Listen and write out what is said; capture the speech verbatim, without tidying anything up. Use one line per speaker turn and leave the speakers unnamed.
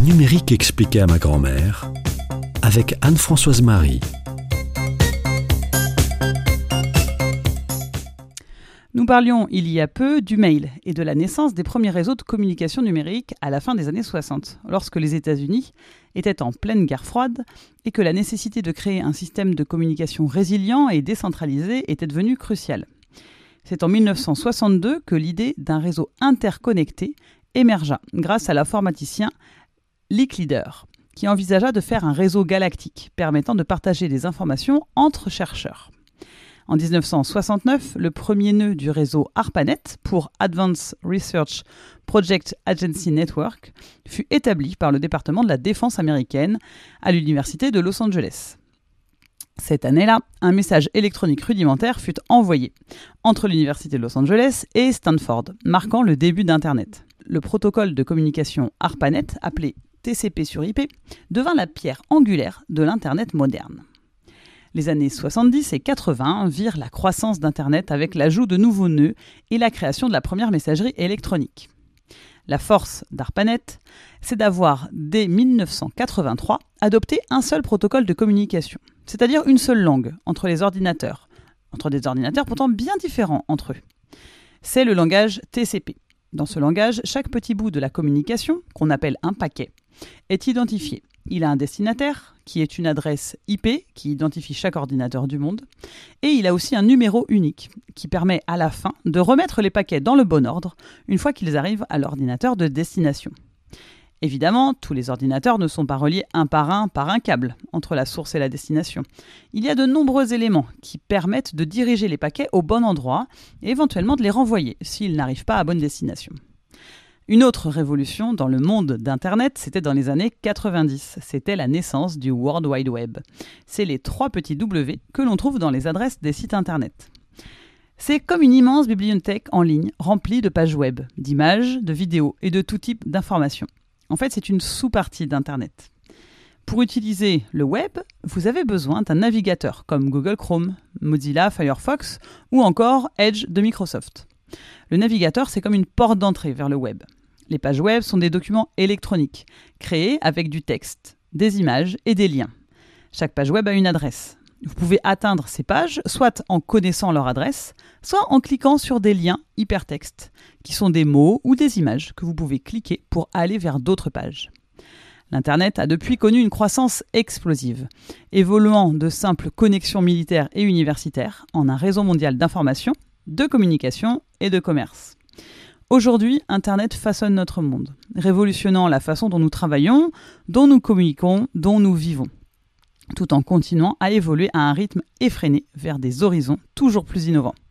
numérique expliqué à ma grand-mère avec Anne-Françoise Marie.
Nous parlions il y a peu du mail et de la naissance des premiers réseaux de communication numérique à la fin des années soixante, lorsque les États-Unis étaient en pleine guerre froide et que la nécessité de créer un système de communication résilient et décentralisé était devenue cruciale. C'est en mille neuf cent soixante-deux que l'idée d'un réseau interconnecté émergea grâce à l'informaticien Licklider, qui envisagea de faire un réseau galactique permettant de partager des informations entre chercheurs. En dix-neuf cent soixante-neuf, le premier nœud du réseau ARPANET pour Advanced Research Project Agency Network fut établi par le département de la défense américaine à l'université de Los Angeles. Cette année-là, un message électronique rudimentaire fut envoyé entre l'université de Los Angeles et Stanford, marquant le début d'Internet. Le protocole de communication ARPANET, appelé T C P sur I P, devint la pierre angulaire de l'Internet moderne. Les années soixante-dix et quatre-vingts virent la croissance d'Internet avec l'ajout de nouveaux nœuds et la création de la première messagerie électronique. La force d'ARPANET, c'est d'avoir, dès mille neuf cent quatre-vingt-trois, adopté un seul protocole de communication, c'est-à-dire une seule langue entre les ordinateurs, entre des ordinateurs pourtant bien différents entre eux. C'est le langage T C P. Dans ce langage, chaque petit bout de la communication, qu'on appelle un paquet, est identifié. Il a un destinataire, qui est une adresse I P, qui identifie chaque ordinateur du monde, et il a aussi un numéro unique, qui permet à la fin de remettre les paquets dans le bon ordre, une fois qu'ils arrivent à l'ordinateur de destination. Évidemment, tous les ordinateurs ne sont pas reliés un par un par un câble, entre la source et la destination. Il y a de nombreux éléments qui permettent de diriger les paquets au bon endroit, et éventuellement de les renvoyer, s'ils n'arrivent pas à bonne destination. Une autre révolution dans le monde d'Internet, c'était dans les années quatre-vingt-dix. C'était la naissance du World Wide Web. C'est les trois petits W que l'on trouve dans les adresses des sites Internet. C'est comme une immense bibliothèque en ligne remplie de pages web, d'images, de vidéos et de tout type d'informations. En fait, c'est une sous-partie d'Internet. Pour utiliser le web, vous avez besoin d'un navigateur comme Google Chrome, Mozilla, Firefox ou encore Edge de Microsoft. Le navigateur, c'est comme une porte d'entrée vers le web. Les pages web sont des documents électroniques, créés avec du texte, des images et des liens. Chaque page web a une adresse. Vous pouvez atteindre ces pages soit en connaissant leur adresse, soit en cliquant sur des liens hypertextes, qui sont des mots ou des images que vous pouvez cliquer pour aller vers d'autres pages. L'Internet a depuis connu une croissance explosive, évoluant de simples connexions militaires et universitaires en un réseau mondial d'information, de communication et de commerce. Aujourd'hui, Internet façonne notre monde, révolutionnant la façon dont nous travaillons, dont nous communiquons, dont nous vivons, tout en continuant à évoluer à un rythme effréné vers des horizons toujours plus innovants.